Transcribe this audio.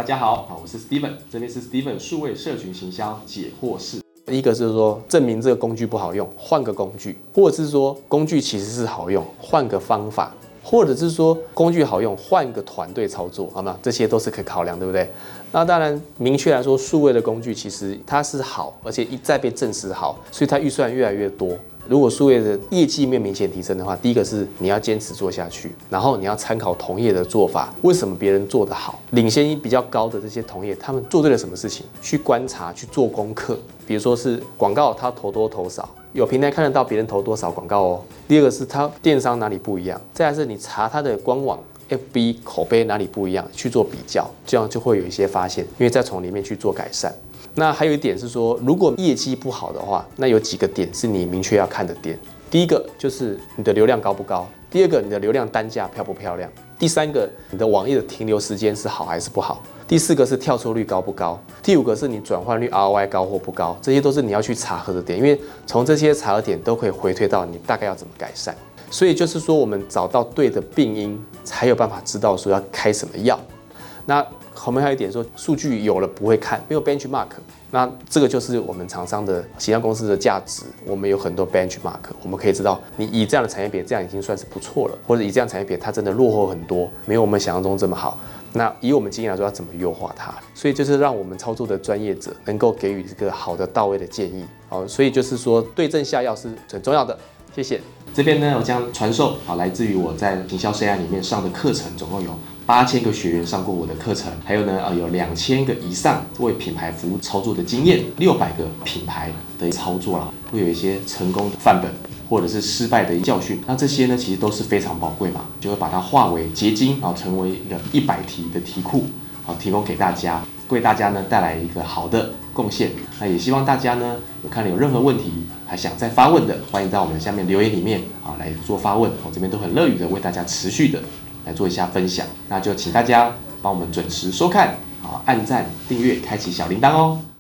大家好，我是 Steven， 这边是 Steven 数位社群行销解惑室。 一个是说证明这个工具不好用，换个工具，或者是说工具其实是好用，换个方法，或者是说工具好用，换个团队操作，好吗？这些都是可以考量，对不对？那当然，明确来说，数位的工具其实它是好，而且一再被证实好，所以它预算越来越多。如果数位的业绩面明显提升的话，第一个是你要坚持做下去，然后你要参考同业的做法，为什么别人做得好，领先比较高的这些同业，他们做对了什么事情，去观察，去做功课。比如说是广告，他投多投少，有平台看得到别人投多少广告哦。第二个是他电商哪里不一样，再来是你查他的官网。FB 口碑哪里不一样，去做比较，这样就会有一些发现，因为再从里面去做改善。那还有一点是说，如果业绩不好的话，那有几个点是你明确要看的点。第一个就是你的流量高不高，第二个你的流量单价漂不漂亮，第三个你的网页的停留时间是好还是不好，第四个是跳出率高不高，第五个是你转换率 ROI 高或不高，这些都是你要去查核的点，因为从这些查核点都可以回推到你大概要怎么改善。所以就是说，我们找到对的病因，才有办法知道说要开什么药。那后面还有一点说，数据有了不会看，没有 benchmark， 那这个就是我们厂商的行销公司的价值。我们有很多 benchmark， 我们可以知道，你以这样的产业别，这样已经算是不错了，或者以这样的产业别，它真的落后很多，没有我们想象中这么好。那以我们经验来说，要怎么优化它？所以就是让我们操作的专业者能够给予这个好的到位的建议。好，所以就是说对症下药是很重要的。谢谢。 这边呢，我将传授来自于我在行销生涯里面上的课程，总共有8000个学员上过我的课程，还有呢，有2000个以上为品牌服务操作的经验，600个品牌的操作啦，会有一些成功的范本，或者是失败的教训。那这些呢，其实都是非常宝贵嘛，就会把它化为结晶，成为一个100题的题库，提供给大家，为大家呢带来一个好的贡献。那也希望大家呢，有任何问题还想再发问的，欢迎在我们下面留言里面来做发问，我这边都很乐于的为大家持续的来做一下分享。那就请大家帮我们准时收看，按赞、订阅、开启小铃铛哦。